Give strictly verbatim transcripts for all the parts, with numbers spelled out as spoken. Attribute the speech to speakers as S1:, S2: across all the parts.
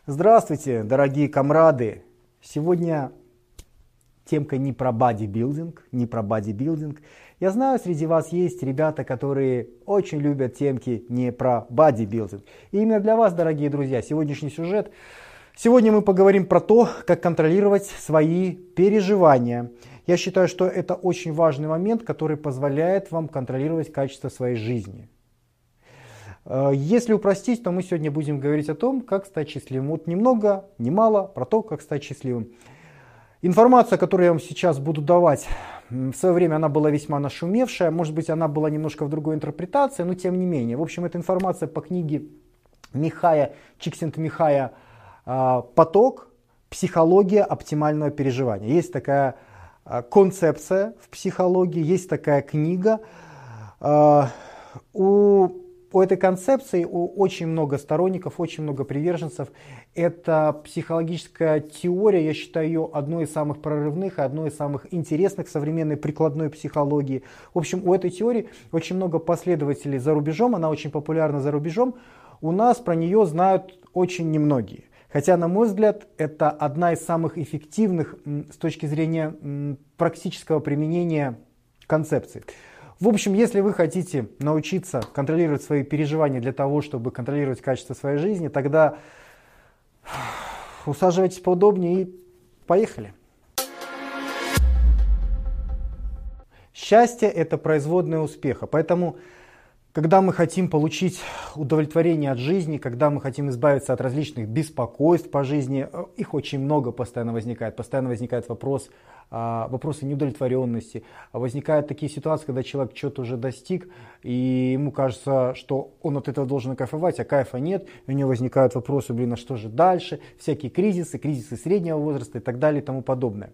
S1: Здравствуйте, дорогие комрады! Сегодня темка не про бодибилдинг, не про бодибилдинг. Я знаю, среди вас есть ребята, которые очень любят темки не про бодибилдинг. И именно для вас, дорогие друзья, сегодняшний сюжет. Сегодня мы поговорим про то, как контролировать свои переживания. Я считаю, что это очень важный момент, который позволяет вам контролировать качество своей жизни. Если упростить, то мы сегодня будем говорить о том, как стать счастливым. Вот немного, немало про то, как стать счастливым. Информация, которую я вам сейчас буду давать, в свое время она была весьма нашумевшая, может быть, она была немножко в другой интерпретации, но тем не менее. В общем, это информация по книге Михая, Чиксент-Михая «Поток. Психология оптимального переживания». Есть такая концепция в психологии, есть такая книга. У У этой концепции у очень много сторонников, очень много приверженцев. Это психологическая теория, я считаю ее одной из самых прорывных, одной из самых интересных в современной прикладной психологии. В общем, у этой теории очень много последователей за рубежом, она очень популярна за рубежом. У нас про нее знают очень немногие. Хотя, на мой взгляд, это одна из самых эффективных с точки зрения практического применения концепций. В общем, если вы хотите научиться контролировать свои переживания для того, чтобы контролировать качество своей жизни, тогда усаживайтесь поудобнее и поехали. Счастье – это производное успеха, поэтому, когда мы хотим получить удовлетворение от жизни, когда мы хотим избавиться от различных беспокойств по жизни, их очень много постоянно возникает, постоянно возникает вопрос, вопросы неудовлетворенности, возникают такие ситуации, когда человек что-то уже достиг, и ему кажется, что он от этого должен кайфовать, а кайфа нет, и у него возникают вопросы, блин, а что же дальше, всякие кризисы, кризисы среднего возраста и так далее и тому подобное.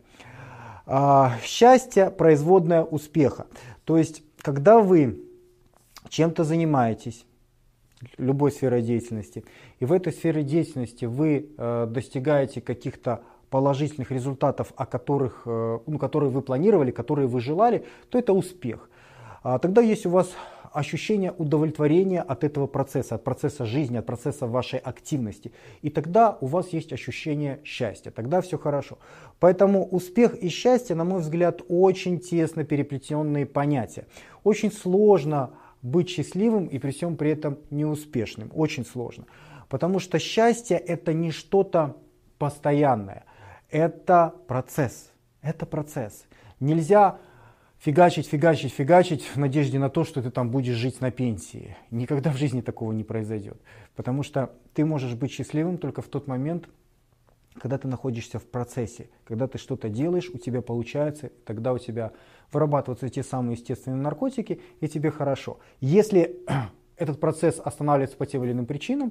S1: Счастье – производное успеха, то есть, когда вы чем-то занимаетесь, любой сферой деятельности, и в этой сфере деятельности вы э, достигаете каких-то положительных результатов, о которых, э, ну, которые вы планировали, которые вы желали, то это успех. А тогда есть у вас ощущение удовлетворения от этого процесса, от процесса жизни, от процесса вашей активности. И тогда у вас есть ощущение счастья, тогда все хорошо. Поэтому успех и счастье, на мой взгляд, очень тесно переплетенные понятия. Очень сложно быть счастливым и при всем при этом неуспешным. Очень сложно. Потому что счастье – это не что-то постоянное. Это процесс. Это процесс. Нельзя фигачить, фигачить, фигачить в надежде на то, что ты там будешь жить на пенсии. Никогда в жизни такого не произойдет. Потому что ты можешь быть счастливым только в тот момент, когда ты находишься в процессе, когда ты что-то делаешь, у тебя получается, тогда у тебя вырабатываются те самые естественные наркотики, и тебе хорошо. Если этот процесс останавливается по тем или иным причинам,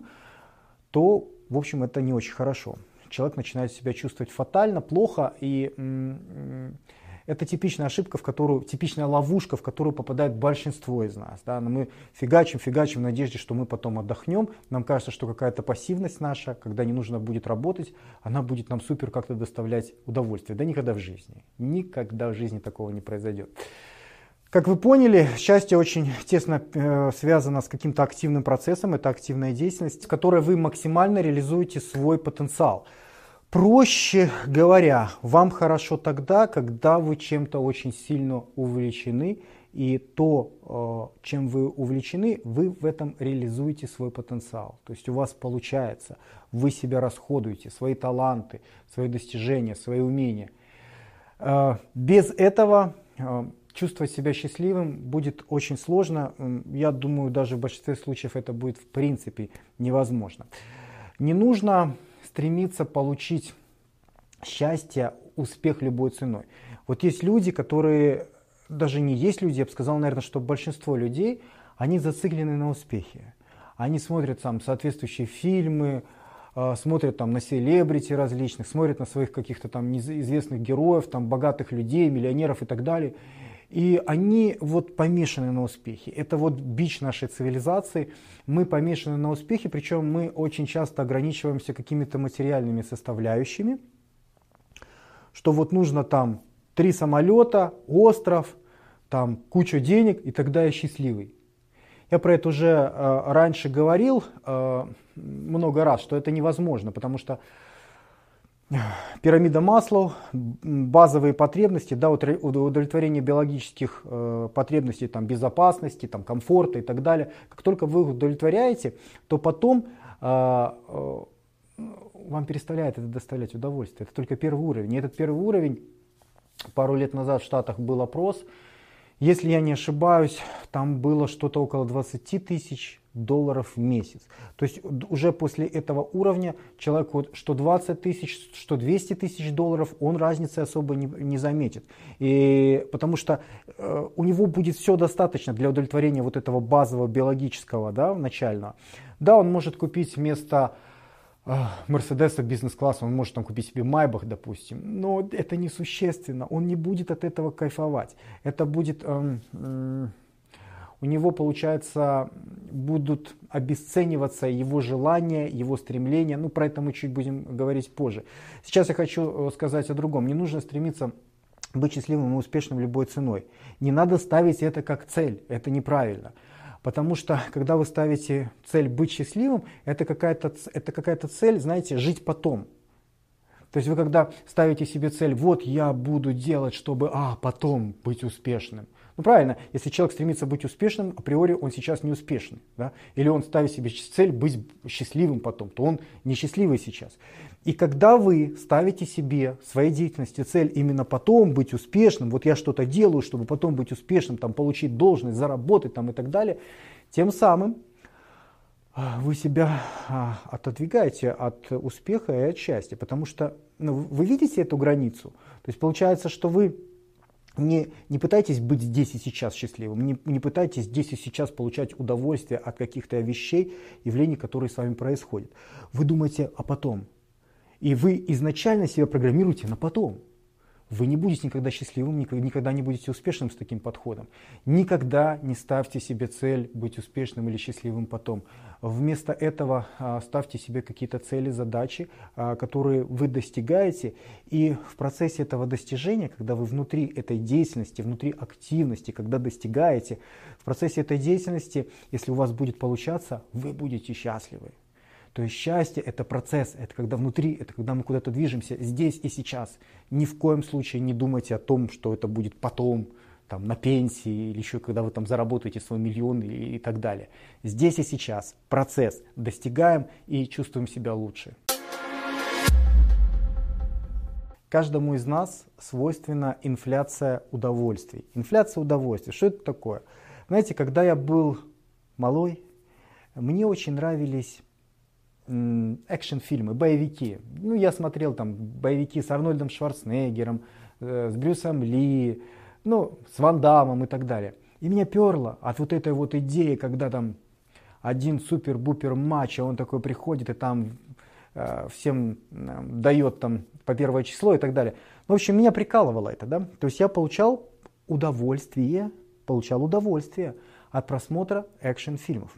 S1: то, в общем, это не очень хорошо. Человек начинает себя чувствовать фатально, плохо, и м- это типичная ошибка, в которую, типичная ловушка, в которую попадает большинство из нас. Да? Но мы фигачим, фигачим в надежде, что мы потом отдохнем. Нам кажется, что какая-то пассивность наша, когда не нужно будет работать, она будет нам супер как-то доставлять удовольствие. Да никогда в жизни. Никогда в жизни такого не произойдет. Как вы поняли, счастье очень тесно э, связано с каким-то активным процессом. Это активная деятельность, в которой вы максимально реализуете свой потенциал. Проще говоря, вам хорошо тогда, когда вы чем-то очень сильно увлечены, и то, чем вы увлечены, вы в этом реализуете свой потенциал. То есть у вас получается, вы себя расходуете, свои таланты, свои достижения, свои умения. Без этого чувствовать себя счастливым будет очень сложно. Я думаю, даже в большинстве случаев это будет в принципе невозможно. Не нужно стремиться получить счастье, успех любой ценой. Вот есть люди, которые, даже не есть люди, я бы сказал, наверное, что большинство людей, они зациклены на успехе. Они смотрят там соответствующие фильмы, э, смотрят там на селебрити различных, смотрят на своих каких-то там известных героев, там богатых людей, миллионеров и так далее. И они вот помешаны на успехе. Это вот бич нашей цивилизации. Мы помешаны на успехе, причем мы очень часто ограничиваемся какими-то материальными составляющими, что вот нужно там три самолета, остров, там куча денег, и тогда я счастливый. Я про это уже э, раньше говорил э, много раз, что это невозможно, потому что пирамида Маслоу, базовые потребности, да, удовлетворение биологических э, потребностей, там, безопасности, там, комфорта и так далее. Как только вы их удовлетворяете, то потом э, э, вам перестает это доставлять удовольствие. Это только первый уровень. И этот первый уровень, пару лет назад в Штатах был опрос, если я не ошибаюсь, там было что-то около двадцать тысяч долларов в месяц. То есть уже после этого уровня человеку что двадцать тысяч, что двести тысяч долларов, он разницы особо не, не заметит. И, потому что э, у него будет все достаточно для удовлетворения вот этого базового биологического, да, начального. Да, он может купить вместо Мерседеса бизнес-класса, он может там купить себе Майбах, допустим, но это несущественно, он не будет от этого кайфовать. Это будет, э, э, у него, получается, будут обесцениваться его желания, его стремления, ну про это мы чуть будем говорить позже. Сейчас я хочу сказать о другом, не нужно стремиться быть счастливым и успешным любой ценой. Не надо ставить это как цель, это неправильно. Потому что, когда вы ставите цель быть счастливым, это какая-то, это какая-то цель, знаете, жить потом. То есть вы когда ставите себе цель, вот я буду делать, чтобы а, потом быть успешным. Ну правильно, если человек стремится быть успешным, априори он сейчас не успешный. Да? Или он ставит себе цель быть счастливым потом, то он несчастливый сейчас. И когда вы ставите себе в своей деятельности цель именно потом быть успешным, вот я что-то делаю, чтобы потом быть успешным, там, получить должность, заработать там, и так далее, тем самым вы себя отодвигаете от успеха и от счастья. Потому что ну, вы видите эту границу. То есть получается, что вы не, не пытаетесь быть здесь и сейчас счастливым, не, не пытаетесь здесь и сейчас получать удовольствие от каких-то вещей, явлений, которые с вами происходят. Вы думаете о потом. И вы изначально себя программируете на потом. Вы не будете никогда счастливым, никогда не будете успешным с таким подходом. Никогда не ставьте себе цель быть успешным или счастливым потом. Вместо этого ставьте себе какие-то цели, задачи, которые вы достигаете. И в процессе этого достижения, когда вы внутри этой деятельности, внутри активности, когда достигаете, в процессе этой деятельности, если у вас будет получаться, вы будете счастливы. То есть счастье – это процесс, это когда внутри, это когда мы куда-то движемся здесь и сейчас. Ни в коем случае не думайте о том, что это будет потом, там, на пенсии или еще когда вы там заработаете свой миллион и, и так далее. Здесь и сейчас процесс. Достигаем и чувствуем себя лучше. Каждому из нас свойственна инфляция удовольствий. Инфляция удовольствий. Что это такое? Знаете, когда я был малой, мне очень нравились экшн-фильмы, боевики. Ну, я смотрел там боевики с Арнольдом Шварценеггером, э, с Брюсом Ли, ну, с Ван Даммом и так далее. И меня перло от вот этой вот идеи, когда там один супер-бупер матч, а он такой приходит и там э, всем э, дает там по первое число и так далее. В общем, меня прикалывало это, да. То есть я получал удовольствие, получал удовольствие от просмотра экшн-фильмов.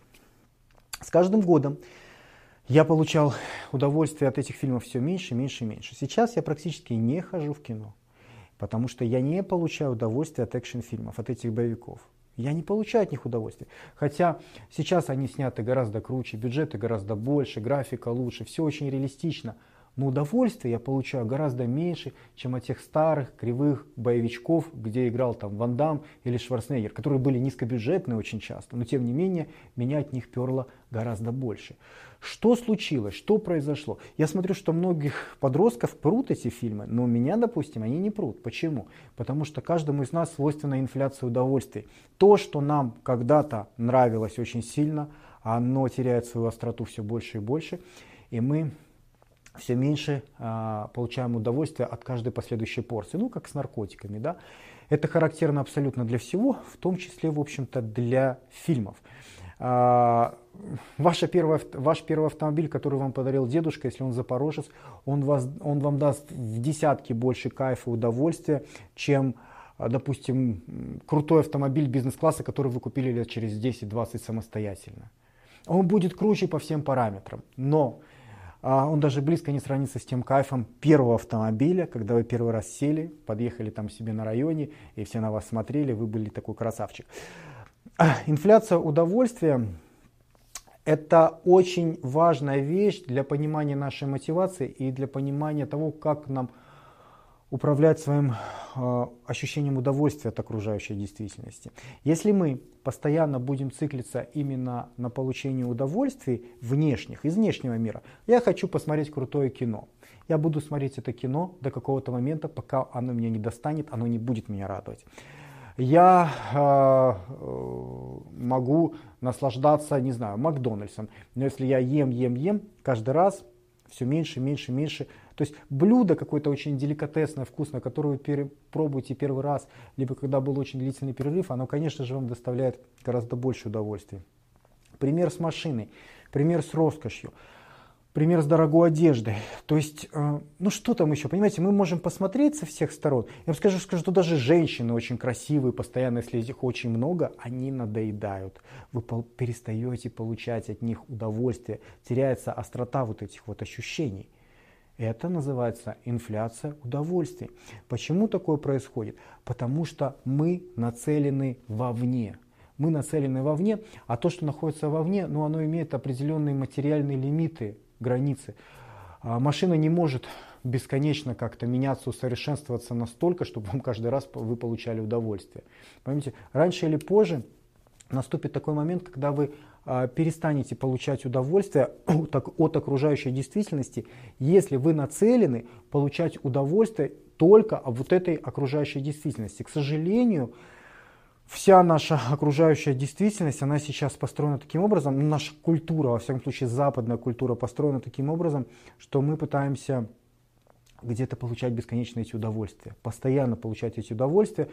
S1: С каждым годом я получал удовольствие от этих фильмов все меньше, меньше и меньше. Сейчас я практически не хожу в кино, потому что я не получаю удовольствие от экшн-фильмов, от этих боевиков. Я не получаю от них удовольствия. Хотя сейчас они сняты гораздо круче, бюджеты гораздо больше, графика лучше, все очень реалистично. Но удовольствие я получаю гораздо меньше, чем от тех старых кривых боевичков, где играл там Ван Дамм или Шварценеггер, которые были низкобюджетные очень часто, но тем не менее меня от них перло гораздо больше. Что случилось? Что произошло? Я смотрю, что многих подростков прут эти фильмы, но у меня, допустим, они не прут. Почему? Потому что каждому из нас свойственна инфляция удовольствий. То, что нам когда-то нравилось очень сильно, оно теряет свою остроту все больше и больше, и мы все меньше а, получаем удовольствие от каждой последующей порции. Ну, как с наркотиками, да. Это характерно абсолютно для всего, в том числе, в общем-то, для фильмов. А, ваша первая, ваш первый автомобиль, который вам подарил дедушка, если он запорожец, он, вас, он вам даст в десятки больше кайфа и удовольствия, чем, допустим, крутой автомобиль бизнес-класса, который вы купили лет через десять-двадцать самостоятельно. Он будет круче по всем параметрам, но он даже близко не сравнится с тем кайфом первого автомобиля, когда вы первый раз сели, подъехали там себе на районе, и все на вас смотрели, вы были такой красавчик. инфляция удовольствия – это очень важная вещь для понимания нашей мотивации и для понимания того, как нам управлять своим э, ощущением удовольствия от окружающей действительности. Если мы постоянно будем циклиться именно на получении удовольствий внешних, из внешнего мира, я хочу посмотреть крутое кино. Я буду смотреть это кино до какого-то момента, пока оно меня не достанет, оно не будет меня радовать. Я э, могу наслаждаться, не знаю, Макдональдсом, но если я ем, ем, ем, каждый раз все меньше, меньше, меньше. То есть блюдо какое-то очень деликатесное, вкусное, которое вы пере- пробуете первый раз, либо когда был очень длительный перерыв, оно, конечно же, вам доставляет гораздо больше удовольствия. Пример с машиной, пример с роскошью, пример с дорогой одеждой. То есть, э, ну что там еще, понимаете, мы можем посмотреть со всех сторон. Я вам скажу, скажу, что даже женщины очень красивые, постоянно, если их очень много, они надоедают. Вы пол- перестаете получать от них удовольствие, теряется острота вот этих вот ощущений. Это называется инфляция удовольствий. Почему такое происходит? Потому что мы нацелены вовне. Мы нацелены вовне, а то, что находится вовне, ну, оно имеет определенные материальные лимиты, границы. А машина не может бесконечно как-то меняться, усовершенствоваться настолько, чтобы вам каждый раз вы получали удовольствие. Понимаете, раньше или позже наступит такой момент, когда вы а, перестанете получать удовольствие от, от окружающей действительности, если вы нацелены получать удовольствие только от вот этой окружающей действительности. К сожалению, вся наша окружающая действительность, она сейчас построена таким образом, наша культура, во всяком случае западная культура построена таким образом, что мы пытаемся где-то получать бесконечно эти удовольствия, постоянно получать эти удовольствия.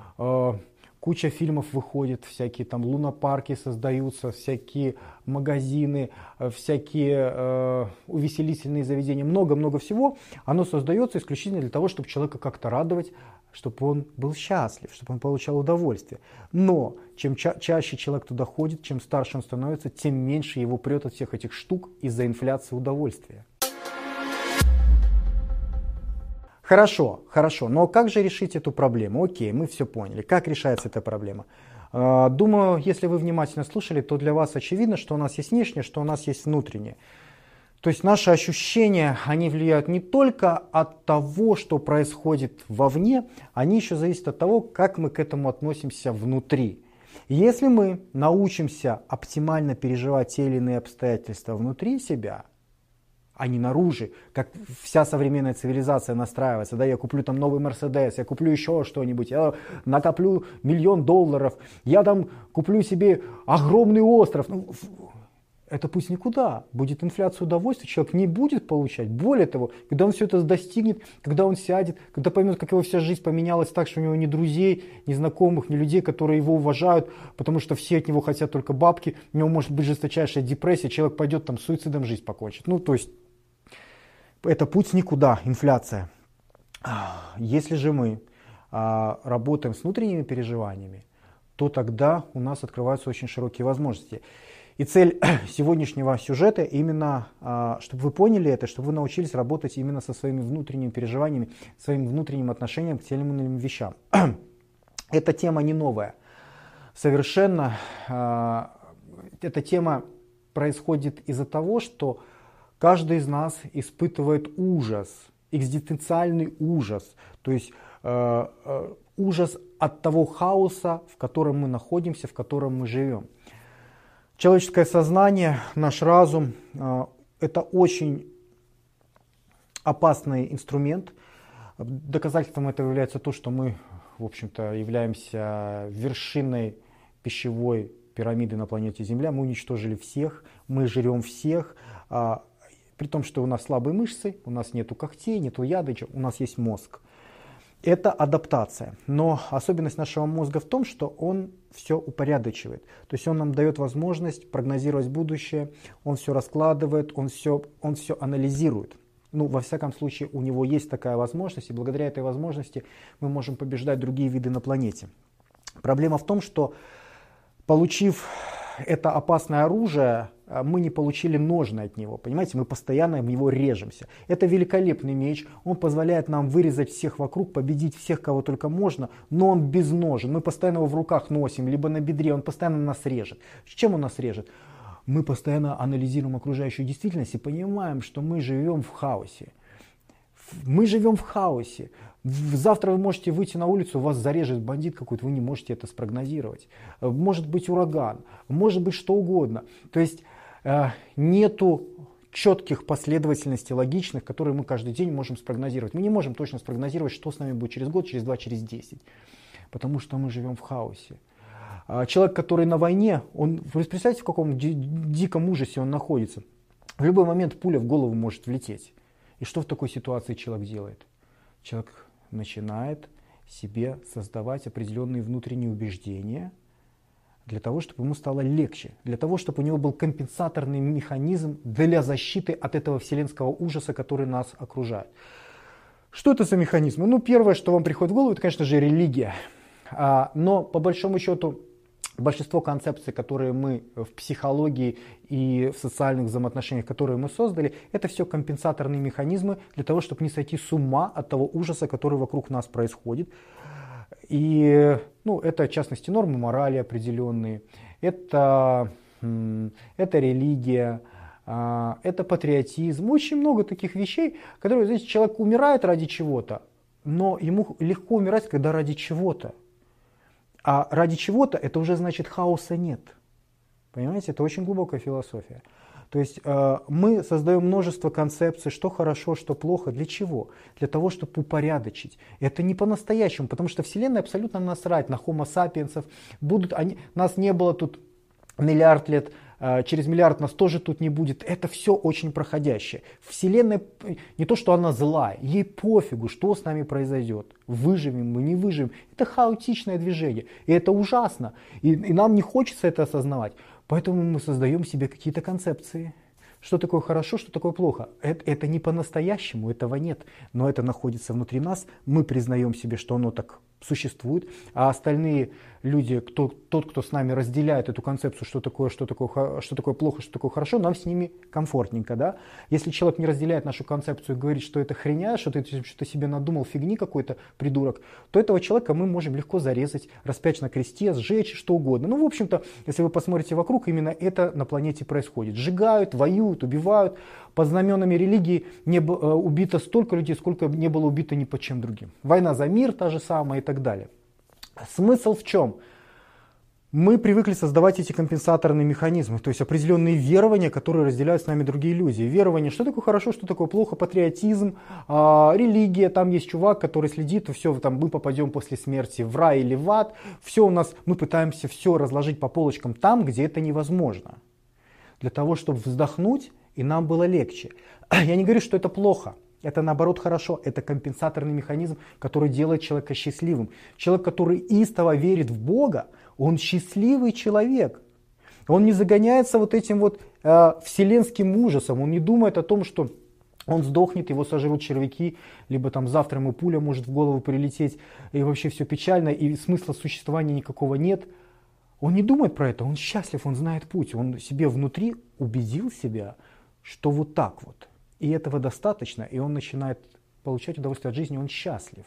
S1: Куча фильмов выходит, всякие там лунопарки создаются, всякие магазины, всякие э, увеселительные заведения, много-много всего. Оно создается исключительно для того, чтобы человека как-то радовать, чтобы он был счастлив, чтобы он получал удовольствие. Но чем ча- чаще человек туда ходит, чем старше он становится, тем меньше его прет от всех этих штук из-за инфляции удовольствия. Хорошо, хорошо, но как же решить эту проблему? Окей, мы все поняли. Как решается эта проблема? Думаю, если вы внимательно слушали, то для вас очевидно, что у нас есть внешнее, что у нас есть внутреннее. То есть наши ощущения, они влияют не только от того, что происходит вовне, они еще зависят от того, как мы к этому относимся внутри. Если мы научимся оптимально переживать те или иные обстоятельства внутри себя, а не наружу, как вся современная цивилизация настраивается. Да, я куплю там новый Мерседес, я куплю еще что-нибудь, я накоплю миллион долларов, я там куплю себе огромный остров. Ну, это пусть никуда. Будет инфляция удовольствия, человек не будет получать. Более того, когда он все это достигнет, когда он сядет, когда поймет, как его вся жизнь поменялась так, что у него ни друзей, ни знакомых, ни людей, которые его уважают, потому что все от него хотят только бабки, у него может быть жесточайшая депрессия, человек пойдет там суицидом жизнь покончит. Ну, то есть, это путь никуда, инфляция. Если же мы а, работаем с внутренними переживаниями, то тогда у нас открываются очень широкие возможности. И цель сегодняшнего сюжета именно, а, чтобы вы поняли это, чтобы вы научились работать именно со своими внутренними переживаниями, своим внутренним отношением к тем или иным вещам. Эта тема не новая. Совершенно а, эта тема происходит из-за того, что каждый из нас испытывает ужас, экзистенциальный ужас, то есть э, э, ужас от того хаоса, в котором мы находимся, в котором мы живем. Человеческое сознание, наш разум э, – это очень опасный инструмент. Доказательством этого является то, что мы, в общем-то, являемся вершиной пищевой пирамиды на планете Земля. Мы уничтожили всех, мы жрем всех. Э, При том, что у нас слабые мышцы, у нас нету когтей, нету яда, у нас есть мозг. Это адаптация. Но особенность нашего мозга в том, что он все упорядочивает. То есть он нам дает возможность прогнозировать будущее, он все раскладывает, он все, он все анализирует. Ну, во всяком случае, у него есть такая возможность, и благодаря этой возможности мы можем побеждать другие виды на планете. Проблема в том, что, получив это опасное оружие, мы не получили ножны от него, понимаете, мы постоянно в него режемся. Это великолепный меч, он позволяет нам вырезать всех вокруг, победить всех, кого только можно, но он без ножен, мы постоянно его в руках носим, либо на бедре, он постоянно нас режет. С чем он нас режет? Мы постоянно анализируем окружающую действительность и понимаем, что мы живем в хаосе. Мы живем в хаосе. Завтра вы можете выйти на улицу, вас зарежет бандит какой-то, вы не можете это спрогнозировать. Может быть ураган, может быть что угодно. То есть нету четких последовательностей логичных, которые мы каждый день можем спрогнозировать. Мы не можем точно спрогнозировать, что с нами будет через год, через два, через десять. Потому что мы живем в хаосе. Человек, который на войне, он, вы представляете, в каком диком ужасе он находится. В любой момент пуля в голову может влететь. И что в такой ситуации человек делает? Человек начинает себе создавать определенные внутренние убеждения для того, чтобы ему стало легче, для того, чтобы у него был компенсаторный механизм для защиты от этого вселенского ужаса, который нас окружает. Что это за механизмы? Ну, первое, что вам приходит в голову, это, конечно же, религия. Но, по большому счету, большинство концепций, которые мы в психологии и в социальных взаимоотношениях, которые мы создали, это все компенсаторные механизмы для того, чтобы не сойти с ума от того ужаса, который вокруг нас происходит. И ну, это, в частности, нормы морали определенные, это, это религия, это патриотизм. Очень много таких вещей, которые, знаете, человек умирает ради чего-то, но ему легко умирать, когда ради чего-то. А ради чего-то это уже значит хаоса нет. Понимаете, это очень глубокая философия. То есть э, мы создаем множество концепций, что хорошо, что плохо. Для чего? Для того, чтобы упорядочить. Это не по-настоящему, потому что Вселенная абсолютно насрать на Homo sapiensов. Будут они, нас не было тут миллиард лет, э, через миллиард нас тоже тут не будет. Это все очень проходящее. Вселенная, не то что она злая, ей пофигу, что с нами произойдет. Выживем мы, не выживем. Это хаотичное движение. И это ужасно. И, и нам не хочется это осознавать. Поэтому мы создаем себе какие-то концепции. Что такое хорошо, что такое плохо. Это, это не по-настоящему, этого нет. Но это находится внутри нас. Мы признаем себе, что оно так существует. А остальные люди, кто, тот, кто с нами разделяет эту концепцию, что такое, что такое, что такое плохо, что такое хорошо, нам с ними комфортненько. Да? Если человек не разделяет нашу концепцию и говорит, что это хреня, что ты что-то себе надумал, фигни какой-то, придурок, то этого человека мы можем легко зарезать, распять на кресте, сжечь, что угодно. Ну, в общем-то, если вы посмотрите вокруг, именно это на планете происходит. Сжигают, воюют, убивают. Под знаменами религии не было убито столько людей, сколько не было убито ни под чем другим. Война за мир та же самая и так далее. Смысл в чем? Мы привыкли создавать эти компенсаторные механизмы, то есть определенные верования, которые разделяют с нами другие иллюзии. Верование, что такое хорошо, что такое плохо, патриотизм, э, религия, там есть чувак, который следит, все, там, мы попадем после смерти в рай или в ад. Все у нас, мы пытаемся все разложить по полочкам там, где это невозможно. Для того, чтобы вздохнуть, и нам было легче. Я не говорю, что это плохо. Это наоборот хорошо. Это компенсаторный механизм, который делает человека счастливым. Человек, который истово верит в Бога, он счастливый человек. Он не загоняется вот этим вот э, вселенским ужасом. Он не думает о том, что он сдохнет, его сожрут червяки, либо там завтра ему пуля может в голову прилететь, и вообще все печально, и смысла существования никакого нет. Он не думает про это, он счастлив, он знает путь. Он себе внутри убедил себя, что вот так вот. И этого достаточно, и он начинает получать удовольствие от жизни, он счастлив.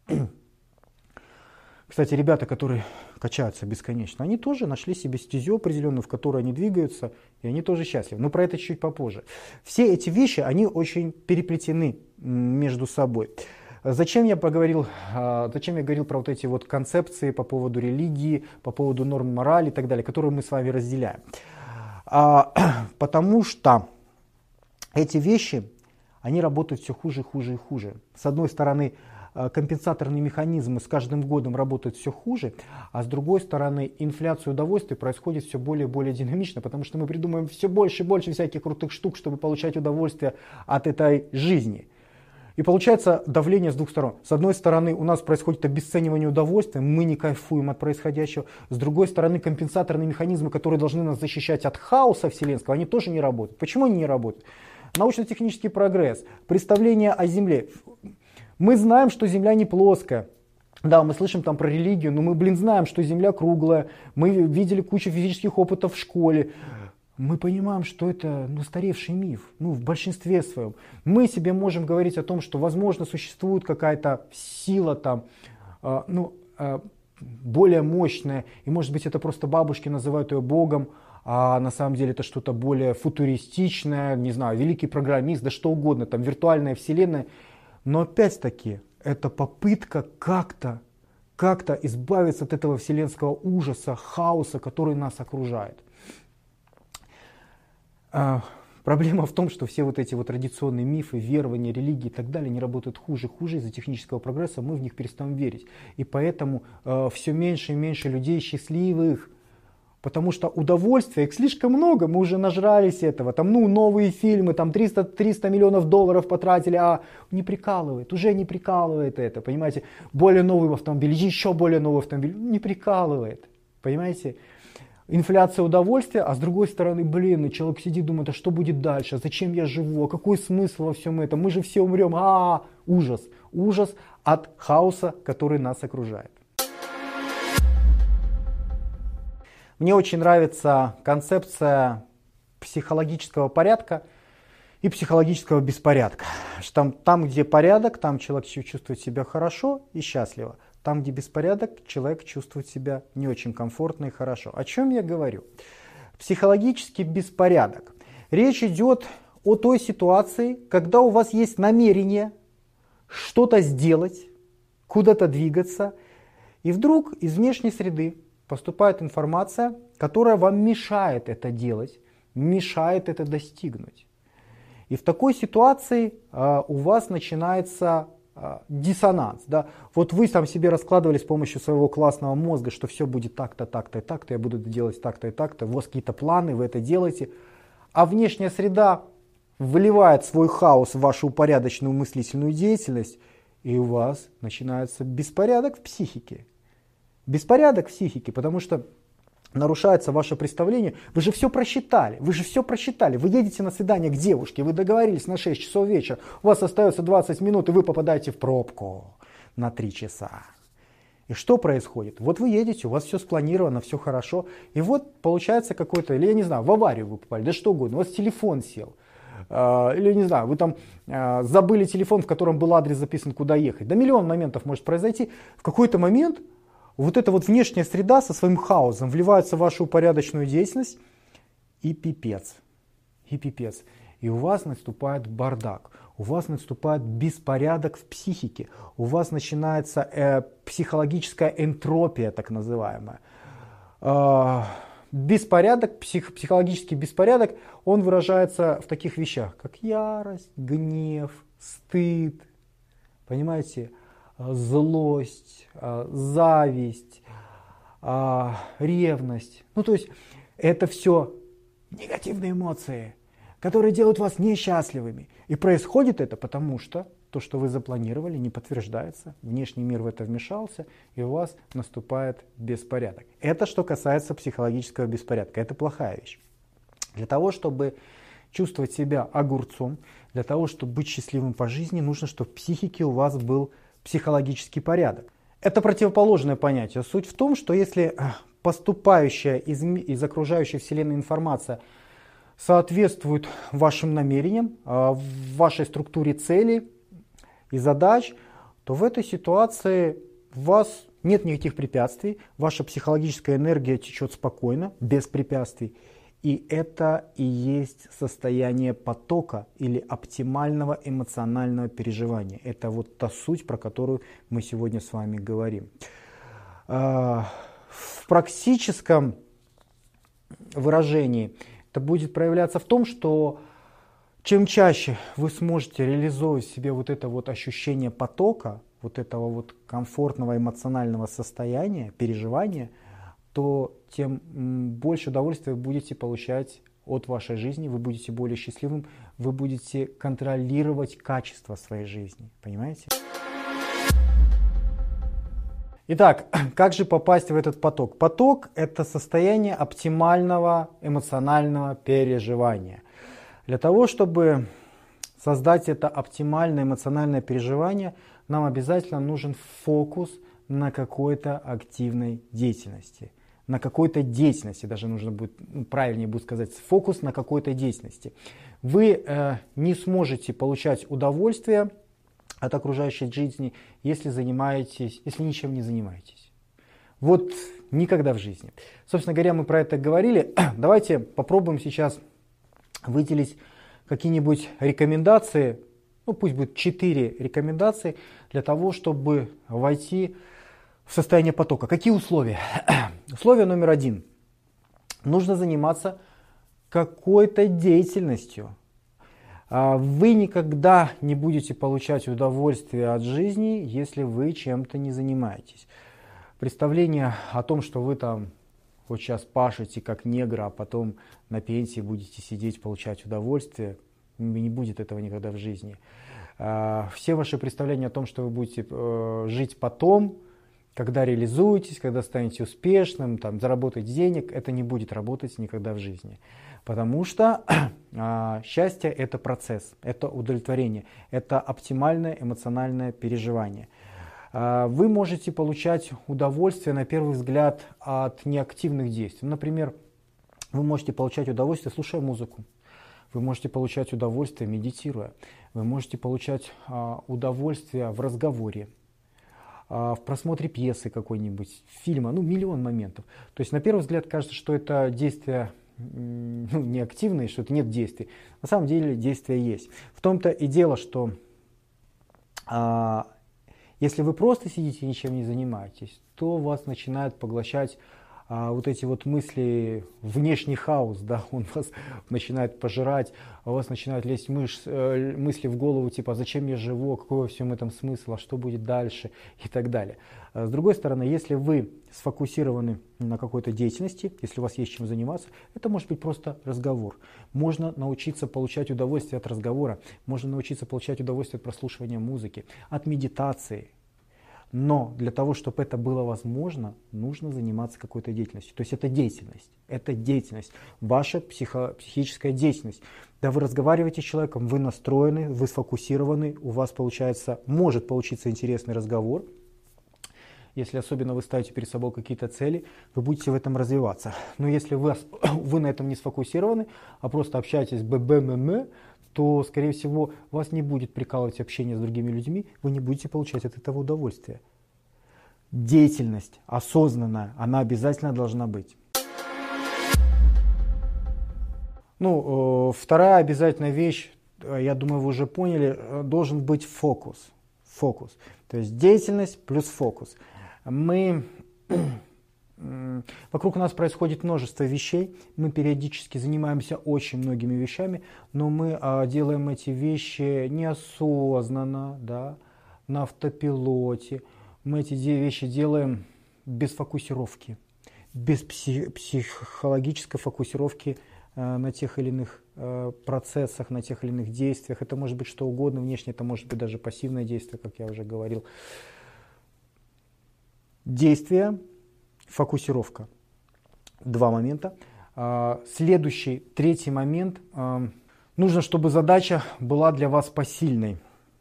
S1: Кстати, ребята, которые качаются бесконечно, они тоже нашли себе стезю определенную, в которой они двигаются, и они тоже счастливы. Но про это чуть попозже. Все эти вещи, они очень переплетены между собой. Зачем я поговорил, зачем я говорил про вот эти вот концепции по поводу религии, по поводу норм морали и так далее, которые мы с вами разделяем? Потому что эти вещи, они работают все хуже, хуже и хуже. С одной стороны, компенсаторные механизмы с каждым годом работают все хуже, а с другой стороны, инфляция удовольствия происходит все более и более динамично, потому что мы придумаем все больше и больше всяких крутых штук, чтобы получать удовольствие от этой жизни. И получается давление с двух сторон. С одной стороны, у нас происходит обесценивание удовольствия, мы не кайфуем от происходящего. С другой стороны, компенсаторные механизмы, которые должны нас защищать от хаоса вселенского, они тоже не работают. Почему они не работают? Научно-технический прогресс, представление о Земле. Мы знаем, что Земля не плоская. Да, мы слышим там про религию, но мы, блин, знаем, что Земля круглая, мы видели кучу физических опытов в школе. Мы понимаем, что это ну, устаревший миф, ну, в большинстве своем. Мы себе можем говорить о том, что, возможно, существует какая-то сила там, э, ну, э, более мощная, и, может быть, это просто бабушки называют ее Богом, а на самом деле это что-то более футуристичное, не знаю, великий программист, да что угодно, там, виртуальная вселенная. Но опять-таки, это попытка как-то, как-то избавиться от этого вселенского ужаса, хаоса, который нас окружает. А, проблема в том, что все вот эти вот традиционные мифы, верования, религии и так далее, не работают хуже, хуже из-за технического прогресса, мы в них перестаем верить. И поэтому э, все меньше и меньше людей счастливых, потому что удовольствия, их слишком много, мы уже нажрались этого, там, ну, новые фильмы, там, триста, триста миллионов долларов потратили, а не прикалывает, уже не прикалывает это, понимаете, более новый автомобиль, еще более новый автомобиль, не прикалывает, понимаете. Инфляция удовольствия, а с другой стороны, блин, и человек сидит, думает, а что будет дальше, зачем я живу, а какой смысл во всем этом, мы же все умрем, а, ужас, ужас от хаоса, который нас окружает. Мне очень нравится концепция психологического порядка и психологического беспорядка. Там, там, где порядок, там человек чувствует себя хорошо и счастливо. Там, где беспорядок, человек чувствует себя не очень комфортно и хорошо. О чем я говорю? Психологический беспорядок. Речь идет о той ситуации, когда у вас есть намерение что-то сделать, куда-то двигаться, и вдруг из внешней среды поступает информация, которая вам мешает это делать, мешает это достигнуть. И в такой ситуации э, у вас начинается диссонанс. Да? Вот вы там себе раскладывали с помощью своего классного мозга, что все будет так-то, так-то и так-то, я буду это делать так-то и так-то, у вас какие-то планы, вы это делаете, а внешняя среда выливает свой хаос в вашу упорядоченную мыслительную деятельность, и у вас начинается беспорядок в психике. Беспорядок в психике, потому что нарушается ваше представление, вы же все просчитали, вы же все просчитали, вы едете на свидание к девушке, вы договорились на шесть часов вечера, у вас остается двадцать минут, и вы попадаете в пробку на три часа. И что происходит? Вот вы едете, у вас все спланировано, все хорошо, и вот получается какой-то, или я не знаю, в аварию вы попали, да что угодно, у вас телефон сел, или не знаю, вы там забыли телефон, в котором был адрес записан, куда ехать, да миллион моментов может произойти, в какой-то момент вот эта вот внешняя среда со своим хаосом вливается в вашу упорядоченную деятельность, и пипец, и пипец. И у вас наступает бардак, у вас наступает беспорядок в психике, у вас начинается э, психологическая энтропия, так называемая. Э, беспорядок, псих, психологический беспорядок, он выражается в таких вещах, как ярость, гнев, стыд, понимаете, злость, зависть, ревность. Ну, то есть это все негативные эмоции, которые делают вас несчастливыми. И происходит это потому, что то, что вы запланировали, не подтверждается. Внешний мир в это вмешался, и у вас наступает беспорядок. Это что касается психологического беспорядка. Это плохая вещь. Для того, чтобы чувствовать себя огурцом, для того, чтобы быть счастливым по жизни, нужно, чтобы в психике у вас был психологический порядок. Это противоположное понятие. Суть в том, что если поступающая из, из окружающей Вселенной информация соответствует вашим намерениям, вашей структуре целей и задач, то в этой ситуации у вас нет никаких препятствий, ваша психологическая энергия течет спокойно, без препятствий. И это и есть состояние потока или оптимального эмоционального переживания. Это вот та суть, про которую мы сегодня с вами говорим. В практическом выражении это будет проявляться в том, что чем чаще вы сможете реализовывать в себе вот это вот ощущение потока, вот этого вот комфортного эмоционального состояния, переживания, то тем больше удовольствия вы будете получать от вашей жизни, вы будете более счастливым, вы будете контролировать качество своей жизни. Понимаете? Итак, как же попасть в этот поток? Поток – это состояние оптимального эмоционального переживания. Для того, чтобы создать это оптимальное эмоциональное переживание, нам обязательно нужен фокус на какой-то активной деятельности. На какой-то деятельности, даже нужно будет, ну, правильнее будет сказать, фокус на какой-то деятельности. Вы э, не сможете получать удовольствие от окружающей жизни, если занимаетесь, если ничем не занимаетесь. Вот никогда в жизни. Собственно говоря, мы про это говорили. Давайте попробуем сейчас выделить какие-нибудь рекомендации, ну пусть будет четыре рекомендации для того, чтобы войти в состояние потока. Какие условия? Условие номер один. Нужно заниматься какой-то деятельностью. Вы никогда не будете получать удовольствие от жизни, если вы чем-то не занимаетесь. Представление о том, что вы там вот сейчас пашете как негр, а потом на пенсии будете сидеть, получать удовольствие, не будет этого никогда в жизни. Все ваши представления о том, что вы будете жить потом, когда реализуетесь, когда станете успешным, там, заработаете денег, это не будет работать никогда в жизни. Потому что э, счастье – это процесс, это удовлетворение, это оптимальное эмоциональное переживание. Э, вы можете получать удовольствие, на первый взгляд, от неактивных действий. Например, вы можете получать удовольствие, слушая музыку. Вы можете получать удовольствие, медитируя. Вы можете получать э, удовольствие в разговоре, в просмотре пьесы какой-нибудь, фильма, ну миллион моментов. То есть на первый взгляд кажется, что это действия ну, неактивные, что это нет действий. На самом деле действия есть. В том-то и дело, что а, если вы просто сидите и ничем не занимаетесь, то вас начинает поглощать а, вот эти вот мысли, внешний хаос, да, он вас начинает пожирать, у вас начинают лезть мыш, э, мысли в голову, типа, зачем я живу, какой во всем этом смысл, а что будет дальше и так далее. С другой стороны, если вы сфокусированы на какой-то деятельности, если у вас есть чем заниматься, это может быть просто разговор. Можно научиться получать удовольствие от разговора, можно научиться получать удовольствие от прослушивания музыки, от медитации. Но для того, чтобы это было возможно, нужно заниматься какой-то деятельностью. То есть это деятельность, это деятельность, ваша психо, психическая деятельность. Да, вы разговариваете с человеком, вы настроены, вы сфокусированы, у вас получается, может получиться интересный разговор. Если особенно вы ставите перед собой какие-то цели, вы будете в этом развиваться. Но если вы, вы на этом не сфокусированы, а просто общаетесь б-б-м-м, то, скорее всего, вас не будет прикалывать общение с другими людьми, вы не будете получать от этого удовольствия. Деятельность осознанная, она обязательно должна быть. Ну, вторая обязательная вещь, я думаю, вы уже поняли, должен быть фокус. Фокус. То есть деятельность плюс фокус. Мы... Вокруг нас происходит множество вещей, мы периодически занимаемся очень многими вещами, но мы а, делаем эти вещи неосознанно, да, на автопилоте. Мы эти вещи делаем без фокусировки, без псих, психологической фокусировки а, на тех или иных а, процессах, на тех или иных действиях. Это может быть что угодно, внешне это может быть даже пассивное действие, как я уже говорил. Действие. Фокусировка. Два момента. Следующий, третий момент. Нужно, чтобы задача была для вас посильной.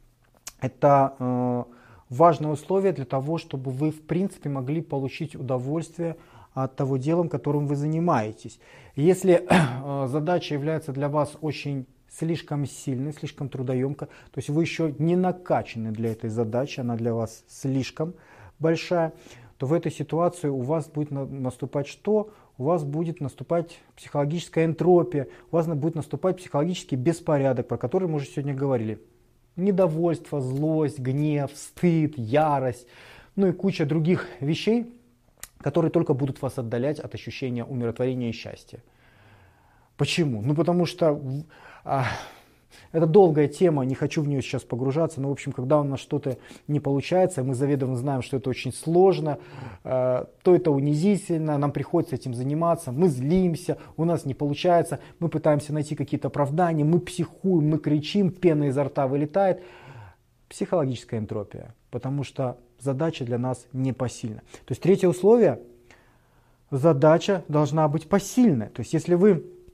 S1: Это важное условие для того, чтобы вы, в принципе, могли получить удовольствие от того дела, которым вы занимаетесь. Если задача является для вас очень слишком сильной, слишком трудоемкой, то есть вы еще не накачаны для этой задачи, она для вас слишком большая, то в этой ситуации у вас будет наступать что? У вас будет наступать психологическая энтропия, у вас будет наступать психологический беспорядок, про который мы уже сегодня говорили. Недовольство, злость, гнев, стыд, ярость, ну и куча других вещей, которые только будут вас отдалять от ощущения умиротворения и счастья. Почему? Ну потому что... А, Это долгая тема, не хочу в нее сейчас погружаться, но в общем, когда у нас что-то не получается, мы заведомо знаем, что это очень сложно, э, то это унизительно, нам приходится этим заниматься, мы злимся, у нас не получается, мы пытаемся найти какие-то оправдания, мы психуем, мы кричим, пена изо рта вылетает. Психологическая энтропия, потому что задача для нас непосильна. То есть третье условие, задача должна быть посильная. То есть если вы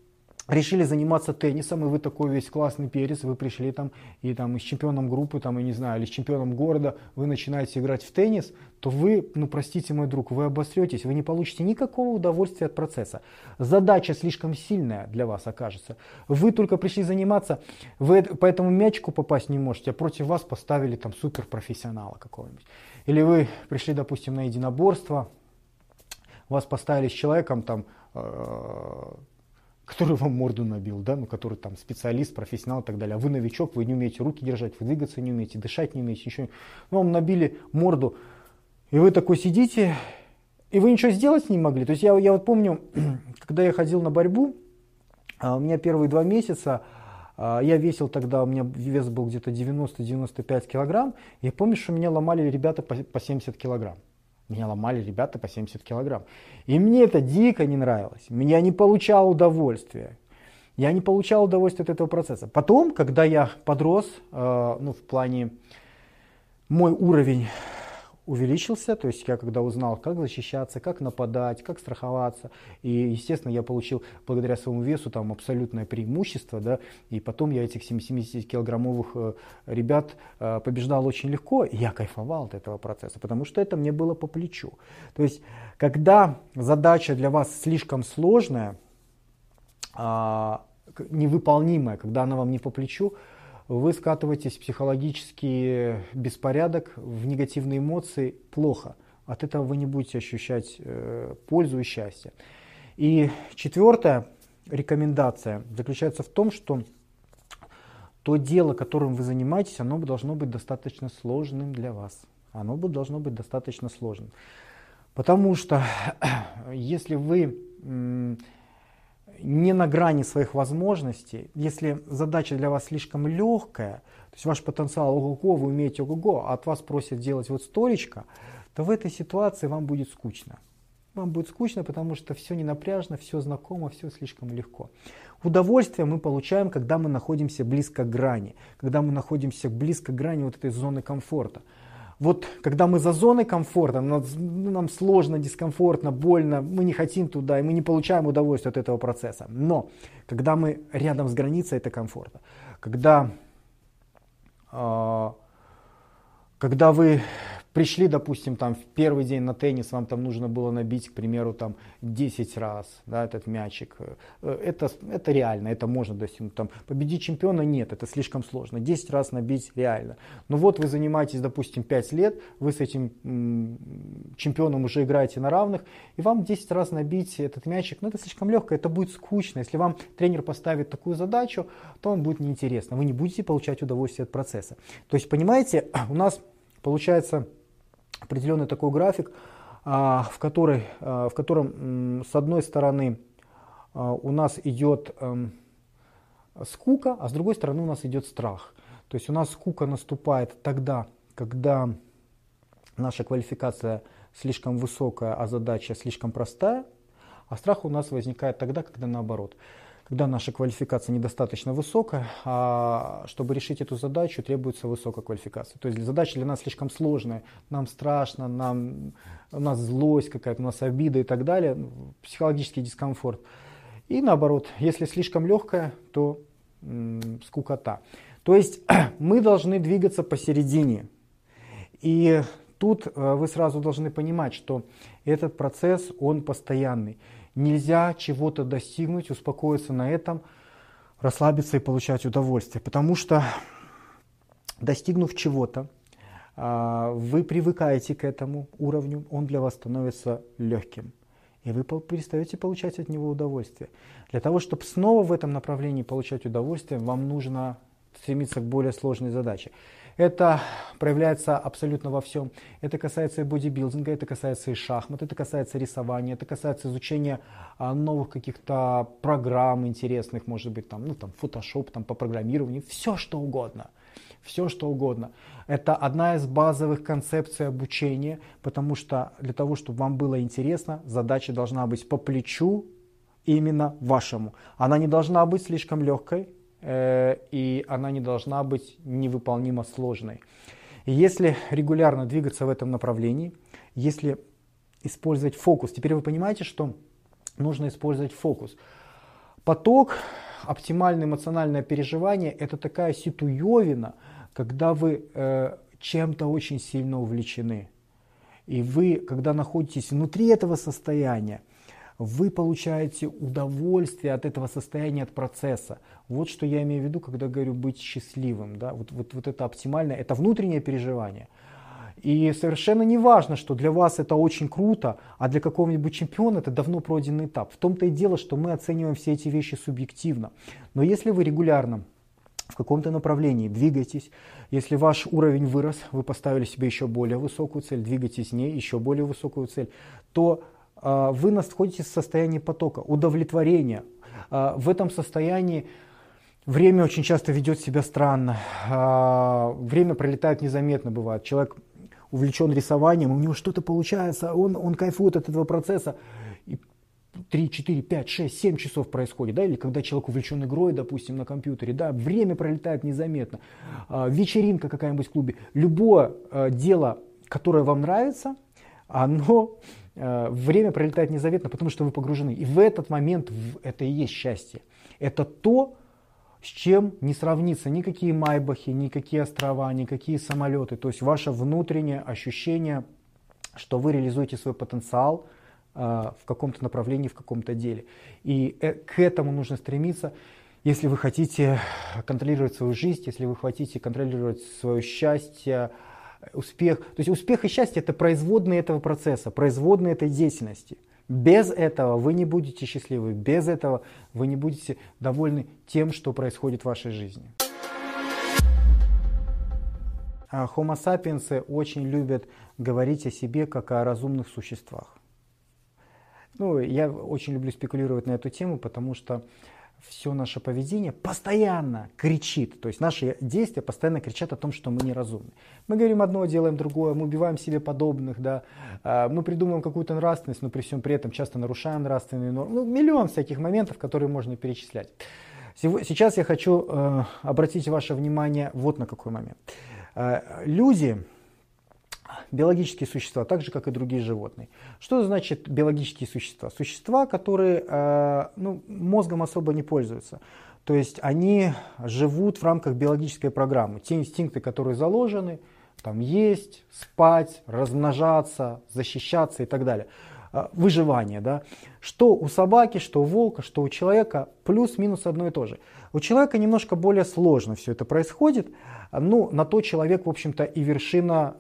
S1: решили заниматься теннисом, и вы такой весь классный перец, вы пришли там и там и с чемпионом группы, там, я не знаю, или с чемпионом города, вы начинаете играть в теннис, то вы, ну простите, мой друг, вы обосретесь, вы не получите никакого удовольствия от процесса. Задача слишком сильная для вас окажется. Вы только пришли заниматься, вы по этому мячику попасть не можете, а против вас поставили там суперпрофессионала какого-нибудь. Или вы пришли, допустим, на единоборство, вас поставили с человеком там, э который вам морду набил, да, ну, который там специалист, профессионал и так далее. А вы новичок, вы не умеете руки держать, вы двигаться не умеете, дышать не умеете, ничего. Ну, вам набили морду, и вы такой сидите, и вы ничего сделать не могли. То есть я, я вот помню, когда я ходил на борьбу, у меня первые два месяца, я весил тогда, у меня вес был где-то девяносто — девяносто пять килограмм, и я помню, что меня ломали ребята по семьдесят килограмм. Меня ломали ребята по семьдесят килограмм. И мне это дико не нравилось. Я не получал удовольствия. Я не получал удовольствия от этого процесса. Потом, когда я подрос, э, ну, в плане мой уровень увеличился, то есть я когда узнал, как защищаться, как нападать, как страховаться, и, естественно, я получил благодаря своему весу там абсолютное преимущество, да, и потом я этих семидесятикилограммовых э, ребят э, побеждал очень легко, и я кайфовал от этого процесса, потому что это мне было по плечу. То есть, когда задача для вас слишком сложная, э, невыполнимая, когда она вам не по плечу, вы скатываетесь в психологический беспорядок, в негативные эмоции, плохо. От этого вы не будете ощущать э, пользу и счастье. И четвертая рекомендация заключается в том, что то дело, которым вы занимаетесь, оно должно быть достаточно сложным для вас. Оно должно быть достаточно сложным. Потому что если вы м, не на грани своих возможностей, если задача для вас слишком легкая, то есть ваш потенциал ого-го, вы умеете ого-го, а от вас просят делать вот столечко, то в этой ситуации вам будет скучно. Вам будет скучно, потому что все не напряжно, все знакомо, все слишком легко. Удовольствие мы получаем, когда мы находимся близко к грани, когда мы находимся близко к грани вот этой зоны комфорта. Вот когда мы за зоной комфорта, нам сложно, дискомфортно, больно, мы не хотим туда, и мы не получаем удовольствия от этого процесса. Но когда мы рядом с границей, это комфорта. Когда, э, когда вы пришли, допустим, там, в первый день на теннис, вам там нужно было набить, к примеру, там, десять раз, да, этот мячик. Это, это реально, это можно достигнуть. Там, победить чемпиона нет, это слишком сложно. десять раз набить реально. Но вот вы занимаетесь, допустим, пять лет, вы с этим м, чемпионом уже играете на равных, и вам десять раз набить этот мячик, ну это слишком легко, это будет скучно. Если вам тренер поставит такую задачу, то вам будет неинтересно. Вы не будете получать удовольствие от процесса. То есть, понимаете, у нас получается определенный такой график, в, который, в котором с одной стороны у нас идет скука, а с другой стороны у нас идет страх. То есть у нас скука наступает тогда, когда наша квалификация слишком высокая, а задача слишком простая, а страх у нас возникает тогда, когда наоборот. Когда наша квалификация недостаточно высокая, а чтобы решить эту задачу, требуется высокая квалификация. То есть задача для нас слишком сложная, нам страшно, нам, у нас злость какая-то, у нас обида и так далее, психологический дискомфорт. И наоборот, если слишком легкая, то м, скукота. То есть мы должны двигаться посередине. И тут э, вы сразу должны понимать, что этот процесс, он постоянный. Нельзя чего-то достигнуть, успокоиться на этом, расслабиться и получать удовольствие. Потому что, достигнув чего-то, вы привыкаете к этому уровню, он для вас становится легким. И вы перестаете получать от него удовольствие. Для того, чтобы снова в этом направлении получать удовольствие, вам нужно стремиться к более сложной задаче. Это проявляется абсолютно во всем. Это касается и бодибилдинга, это касается и шахмат, это касается рисования, это касается изучения а, новых каких-то программ интересных, может быть, там, ну, там, Photoshop, там, по программированию, все что угодно. Все что угодно. Это одна из базовых концепций обучения, потому что для того, чтобы вам было интересно, задача должна быть по плечу именно вашему. Она не должна быть слишком легкой, и она не должна быть невыполнимо сложной. И если регулярно двигаться в этом направлении, если использовать фокус, теперь вы понимаете, что нужно использовать фокус. Поток оптимальное эмоциональное переживание – это такая ситуевина, когда вы э, чем-то очень сильно увлечены. И вы, когда находитесь внутри этого состояния, вы получаете удовольствие от этого состояния, от процесса. Вот что я имею в виду, когда говорю быть счастливым. Да? Вот, вот, вот это оптимальное, это внутреннее переживание. И совершенно не важно, что для вас это очень круто, а для какого-нибудь чемпиона это давно пройденный этап. В том-то и дело, что мы оцениваем все эти вещи субъективно. Но если вы регулярно в каком-то направлении двигаетесь, если ваш уровень вырос, вы поставили себе еще более высокую цель, двигаетесь с ней, еще более высокую цель, то э, вы находитесь в состоянии потока, удовлетворения. Э, в этом состоянии время очень часто ведет себя странно, э, время пролетает незаметно, бывает. Человек увлечен рисованием, у него что-то получается, он, он кайфует от этого процесса. И три, четыре, пять, шесть, семь часов происходит, да, или когда человек увлечен игрой, допустим, на компьютере, да, время пролетает незаметно. А, вечеринка какая-нибудь в клубе. Любое а, дело, которое вам нравится, оно, а, время пролетает незаметно, потому что вы погружены. И в этот момент в, это и есть счастье. Это то, с чем не сравнится никакие майбахи, никакие острова, никакие самолеты. То есть ваше внутреннее ощущение, что вы реализуете свой потенциал э, в каком-то направлении, в каком-то деле. И э, к этому нужно стремиться, если вы хотите контролировать свою жизнь, если вы хотите контролировать свое счастье, успех. То есть успех и счастье – это производные этого процесса, производные этой деятельности. Без этого вы не будете счастливы, без этого вы не будете довольны тем, что происходит в вашей жизни. Homo sapiens очень любят говорить о себе как о разумных существах. Ну, я очень люблю спекулировать на эту тему, потому что все наше поведение постоянно кричит, то есть наши действия постоянно кричат о том, что мы неразумны. Мы говорим одно, делаем другое, мы убиваем себе подобных, да, мы придумываем какую-то нравственность, но при всем при этом часто нарушаем нравственные нормы. Ну, миллион всяких моментов, которые можно перечислять. Сейчас я хочу э, обратить ваше внимание вот на какой момент. Э, люди, биологические существа, так же, как и другие животные. Что значит биологические существа? Существа, которые э, ну, мозгом особо не пользуются. То есть они живут в рамках биологической программы. Те инстинкты, которые заложены, там есть, спать, размножаться, защищаться и так далее. Э, выживание. Да? Что у собаки, что у волка, что у человека, плюс-минус одно и то же. У человека немножко более сложно все это происходит. Ну, на то человек, в общем-то, и вершина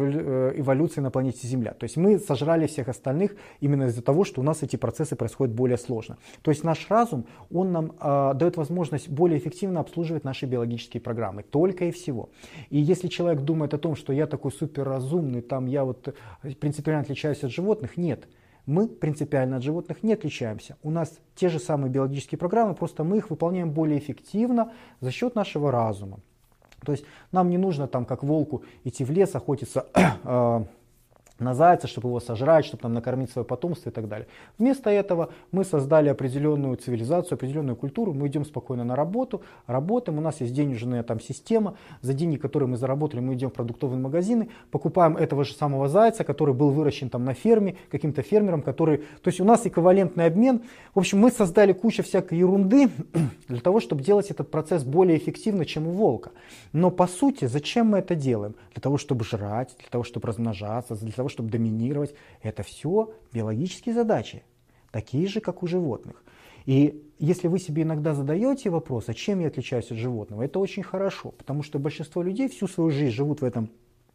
S1: эволюции на планете Земля. То есть мы сожрали всех остальных именно из-за того, что у нас эти процессы происходят более сложно. То есть наш разум, он нам э, дает возможность более эффективно обслуживать наши биологические программы. Только и всего. И если человек думает о том, что я такой суперразумный, там я вот принципиально отличаюсь от животных, нет. Мы принципиально от животных не отличаемся. У нас те же самые биологические программы, просто мы их выполняем более эффективно за счет нашего разума. То есть нам не нужно, там, как волку, идти в лес, охотиться э, на зайца, чтобы его сожрать, чтобы там, накормить свое потомство и так далее. Вместо этого мы создали определенную цивилизацию, определенную культуру, мы идем спокойно на работу, работаем, у нас есть денежная там, система, за деньги, которые мы заработали, мы идем в продуктовые магазины, покупаем этого же самого зайца, который был выращен там, на ферме, каким-то фермером, который... То есть у нас эквивалентный обмен. В общем, мы создали кучу всякой ерунды для того, чтобы делать этот процесс более эффективно, чем у волка. Но по сути, зачем мы это делаем? Для того, чтобы жрать, для того, чтобы размножаться, для того, чтобы доминировать. Это все биологические задачи, такие же, как у животных. И если вы себе иногда задаете вопрос, а чем я отличаюсь от животного, это очень хорошо, потому что большинство людей всю свою жизнь живут в этом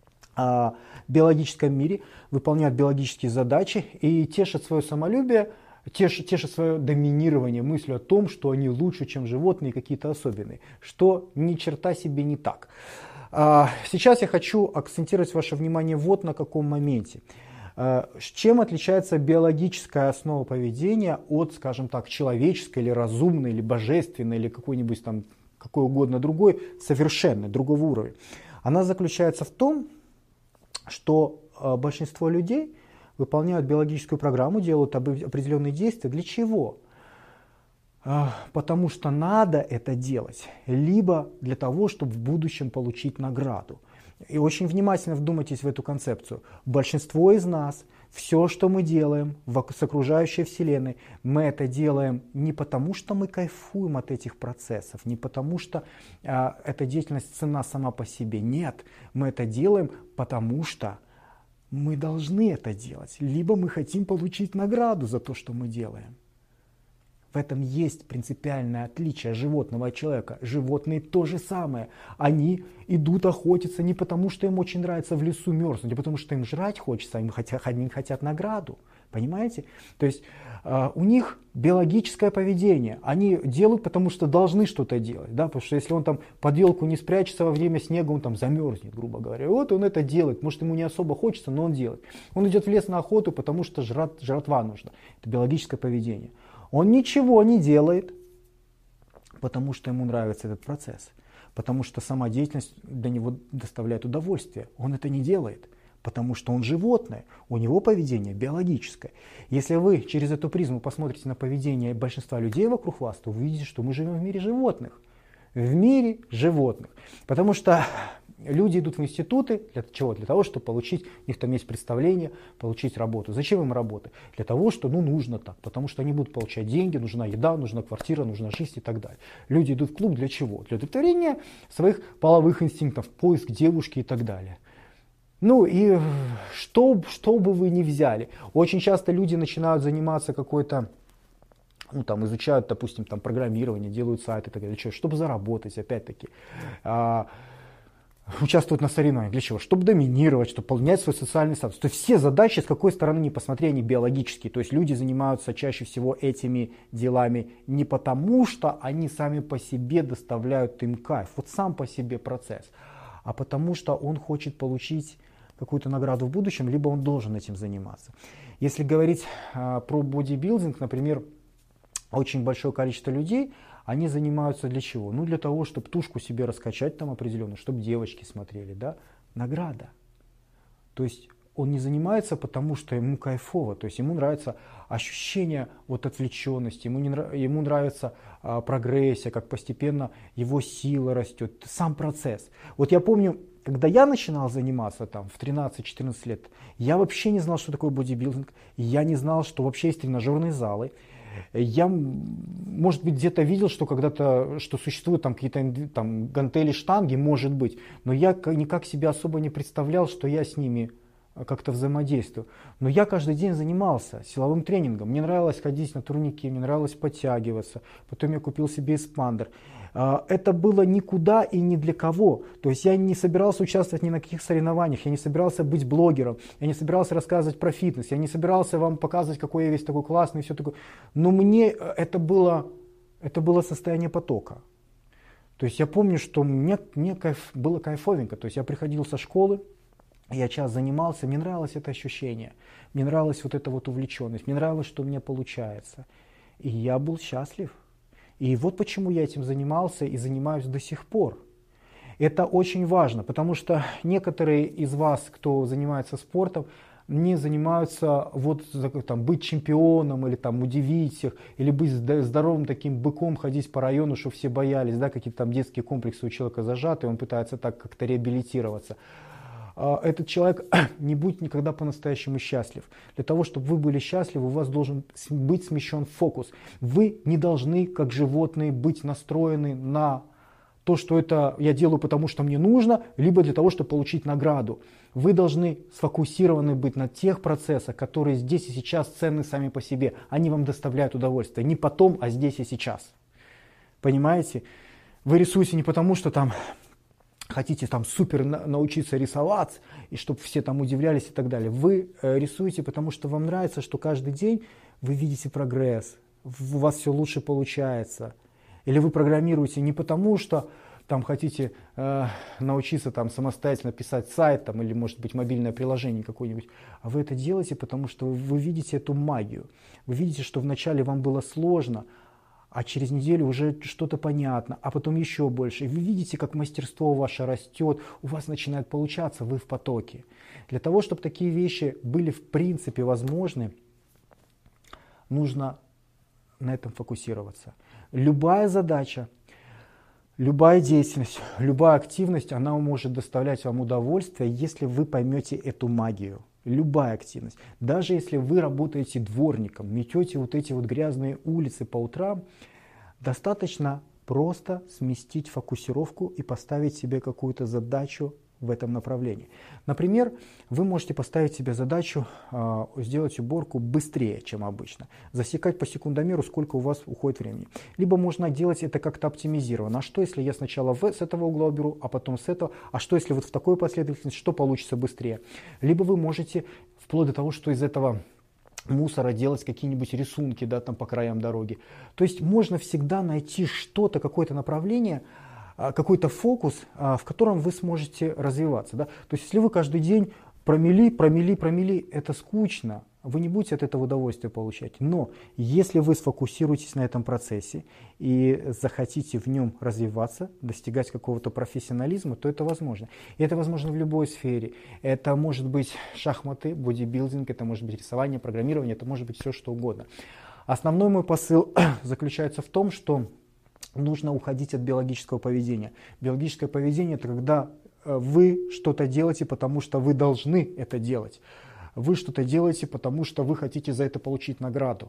S1: а, биологическом мире, выполняют биологические задачи и тешат свое самолюбие, тешат, тешат свое доминирование мыслью о том, что они лучше, чем животные, какие-то особенные, что ни черта себе не так. Сейчас я хочу акцентировать ваше внимание вот на каком моменте. Чем отличается биологическая основа поведения от, скажем так, человеческой или разумной, или божественной, или какой-нибудь там, какой угодно другой, совершенно другого уровня? Она заключается в том, что большинство людей выполняют биологическую программу, делают определенные действия. Для чего? Потому что надо это делать, либо для того, чтобы в будущем получить награду. И очень внимательно вдумайтесь в эту концепцию. Большинство из нас, все, что мы делаем с окружающей Вселенной, мы это делаем не потому, что мы кайфуем от этих процессов, не потому, что э, эта деятельность ценна сама по себе. Нет, мы это делаем потому, что мы должны это делать. Либо мы хотим получить награду за то, что мы делаем. В этом есть принципиальное отличие животного от человека. Животные то же самое. Они идут охотиться не потому, что им очень нравится в лесу мерзнуть, а потому что им жрать хочется, им хотят, они хотят награду. Понимаете? То есть э, у них биологическое поведение. Они делают, потому что должны что-то делать. Да? Потому что если он там под елку не спрячется во время снега, он там замерзнет, грубо говоря. И вот он это делает. Может, ему не особо хочется, но он делает. Он идет в лес на охоту, потому что жрат, жратва нужна. Это биологическое поведение. Он ничего не делает, потому что ему нравится этот процесс. Потому что сама деятельность для него доставляет удовольствие. Он это не делает, потому что он животное. У него поведение биологическое. Если вы через эту призму посмотрите на поведение большинства людей вокруг вас, то вы увидите, что мы живем в мире животных. В мире животных. Потому что люди идут в институты для чего? Для того, чтобы получить, у них там есть представление, получить работу. Зачем им работа? Для того, что ну, нужно так, потому что они будут получать деньги, нужна еда, нужна квартира, нужна жизнь и так далее. Люди идут в клуб для чего? Для удовлетворения своих половых инстинктов, поиск девушки и так далее. Ну и что, что бы вы ни взяли, очень часто люди начинают заниматься какой-то, ну, там, изучают, допустим, там, программирование, делают сайты, так далее, чтобы заработать, опять-таки. А, участвуют на соревнованиях. Для чего? Чтобы доминировать, чтобы поднять свой социальный статус. То есть все задачи, с какой стороны ни посмотри, они биологические. То есть люди занимаются чаще всего этими делами не потому, что они сами по себе доставляют им кайф, вот сам по себе процесс, а потому что он хочет получить какую-то награду в будущем, либо он должен этим заниматься. Если говорить а, про бодибилдинг, например, очень большое количество людей, они занимаются для чего? Ну, для того, чтобы тушку себе раскачать там определенно, чтобы девочки смотрели, да? Награда. То есть он не занимается, потому что ему кайфово, то есть ему нравится ощущение вот отвлеченности, ему, не нрав... ему нравится а, прогрессия, как постепенно его сила растет, сам процесс. Вот я помню, когда я начинал заниматься там в тринадцать-четырнадцать лет, я вообще не знал, что такое бодибилдинг, я не знал, что вообще есть тренажерные залы. Я, может быть, где-то видел, что когда-то, что существуют там какие-то там гантели, штанги, может быть, но я никак себе особо не представлял, что я с ними как-то взаимодействую. Но я каждый день занимался силовым тренингом. Мне нравилось ходить на турники, мне нравилось подтягиваться. Потом я купил себе эспандер. Это было никуда и ни для кого. То есть я не собирался участвовать ни на каких соревнованиях, я не собирался быть блогером, я не собирался рассказывать про фитнес, я не собирался вам показывать, какой я весь такой классный и все такое. Но мне это было, это было состояние потока. То есть я помню, что мне, мне кайф, было кайфовенько. То есть я приходил со школы, я час занимался, мне нравилось это ощущение, мне нравилась вот эта вот увлеченность, мне нравилось, что у меня получается. И я был счастлив. И вот почему я этим занимался и занимаюсь до сих пор. Это очень важно, потому что некоторые из вас, кто занимается спортом, не занимаются вот там, быть чемпионом или там удивить всех, или быть здоровым таким быком, ходить по району, чтобы все боялись, да, какие-то там детские комплексы у человека зажаты, он пытается так как-то реабилитироваться. Этот человек не будет никогда по-настоящему счастлив. Для того, чтобы вы были счастливы, у вас должен быть смещен фокус. Вы не должны, как животные, быть настроены на то, что это я делаю, потому что мне нужно, либо для того, чтобы получить награду. Вы должны сфокусированы быть на тех процессах, которые здесь и сейчас ценны сами по себе. Они вам доставляют удовольствие. Не потом, а здесь и сейчас. Понимаете? Вы рисуете не потому, что там хотите там супер научиться рисовать, и чтобы все там удивлялись и так далее. Вы э, рисуете, потому что вам нравится, что каждый день вы видите прогресс, у вас все лучше получается. Или вы программируете не потому, что там хотите э, научиться там самостоятельно писать сайт там, или, может быть, мобильное приложение какое-нибудь, а вы это делаете, потому что вы видите эту магию. Вы видите, что вначале вам было сложно, а через неделю уже что-то понятно, а потом еще больше. И вы видите, как мастерство ваше растет, у вас начинает получаться, вы в потоке. Для того, чтобы такие вещи были в принципе возможны, нужно на этом фокусироваться. Любая задача, Любая деятельность, любая активность, она может доставлять вам удовольствие, если вы поймете эту магию. Любая активность. Даже если вы работаете дворником, метете вот эти вот грязные улицы по утрам, достаточно просто сместить фокусировку и поставить себе какую-то задачу в этом направлении. Например, вы можете поставить себе задачу э, сделать уборку быстрее, чем обычно. Засекать по секундомеру, сколько у вас уходит времени. Либо можно делать это как-то оптимизированно. А что, если я сначала в, с этого угла уберу, а потом с этого? А что, если вот в такой последовательности, что получится быстрее? Либо вы можете, вплоть до того, что из этого мусора делать какие-нибудь рисунки, да, там по краям дороги. То есть можно всегда найти что-то, какое-то направление, какой-то фокус, в котором вы сможете развиваться. Да? То есть если вы каждый день промели, промели, промели, это скучно, вы не будете от этого удовольствия получать. Но если вы сфокусируетесь на этом процессе и захотите в нем развиваться, достигать какого-то профессионализма, то это возможно. И это возможно в любой сфере. Это может быть шахматы, бодибилдинг, это может быть рисование, программирование, это может быть все что угодно. Основной мой посыл заключается в том, что нужно уходить от биологического поведения. Биологическое поведение – это когда вы что-то делаете, потому что вы должны это делать. Вы что-то делаете, потому что вы хотите за это получить награду.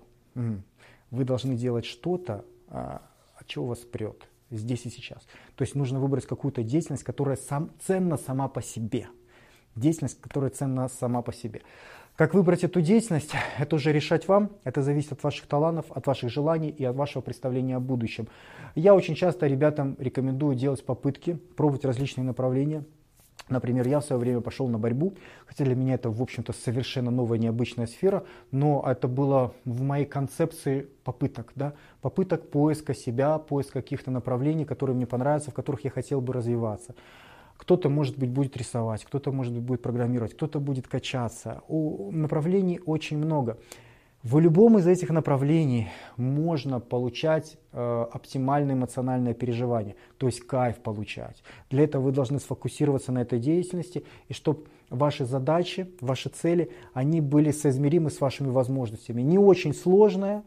S1: Вы должны делать что-то, от чего вас прет здесь и сейчас. То есть нужно выбрать какую-то деятельность, которая сам, ценна сама по себе. Деятельность, которая ценна сама по себе. Как выбрать эту деятельность, это уже решать вам, это зависит от ваших талантов, от ваших желаний и от вашего представления о будущем. Я очень часто ребятам рекомендую делать попытки, пробовать различные направления. Например, я в свое время пошел на борьбу, хотя для меня это, в общем-то, совершенно новая, необычная сфера, но это было в моей концепции попыток, да? Попыток поиска себя, поиска каких-то направлений, которые мне понравятся, в которых я хотел бы развиваться. Кто-то, может быть, будет рисовать, кто-то, может быть, будет программировать, кто-то будет качаться. У направлений очень много. В любом из этих направлений можно получать э, оптимальное эмоциональное переживание, то есть кайф получать. Для этого вы должны сфокусироваться на этой деятельности, и чтобы ваши задачи, ваши цели, они были соизмеримы с вашими возможностями. Не очень сложная,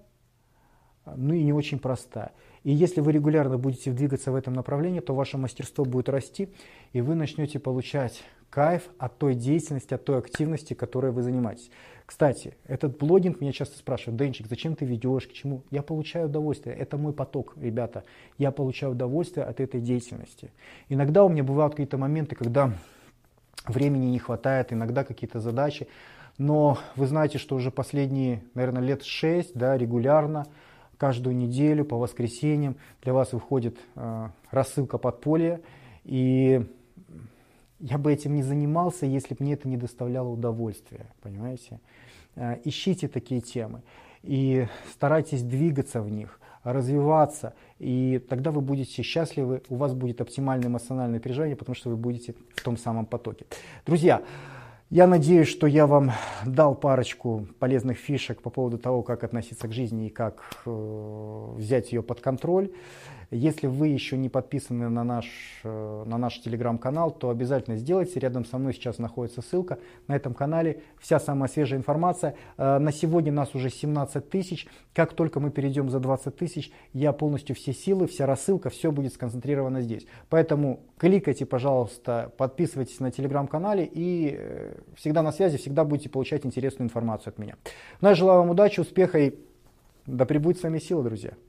S1: ну и не очень простая. И если вы регулярно будете двигаться в этом направлении, то ваше мастерство будет расти, и вы начнете получать кайф от той деятельности, от той активности, которой вы занимаетесь. Кстати, этот блогинг меня часто спрашивают: Денчик, зачем ты ведешь, к чему? Я получаю удовольствие, это мой поток, ребята. Я получаю удовольствие от этой деятельности. Иногда у меня бывают какие-то моменты, когда времени не хватает, иногда какие-то задачи, но вы знаете, что уже последние, наверное, лет шесть, да, регулярно, каждую неделю по воскресеньям для вас выходит э, рассылка подполья, и я бы этим не занимался, если бы мне это не доставляло удовольствия, понимаете? Э, ищите такие темы и старайтесь двигаться в них, развиваться, и тогда вы будете счастливы, у вас будет оптимальное эмоциональное переживание, потому что вы будете в том самом потоке. Друзья, я надеюсь, что я вам дал парочку полезных фишек по поводу того, как относиться к жизни и как э, взять ее под контроль. Если вы еще не подписаны на наш, э, на наш телеграм-канал, то обязательно сделайте. Рядом со мной сейчас находится ссылка. На этом канале вся самая свежая информация. Э, на сегодня нас уже семнадцать тысяч. Как только мы перейдем за двадцать тысяч, я полностью все силы, вся рассылка, все будет сконцентрировано здесь. Поэтому кликайте, пожалуйста, подписывайтесь на телеграм-канале и э, всегда на связи, всегда будете получать интересную информацию от меня. Ну, я желаю вам удачи, успеха и да пребудет с вами сила, друзья.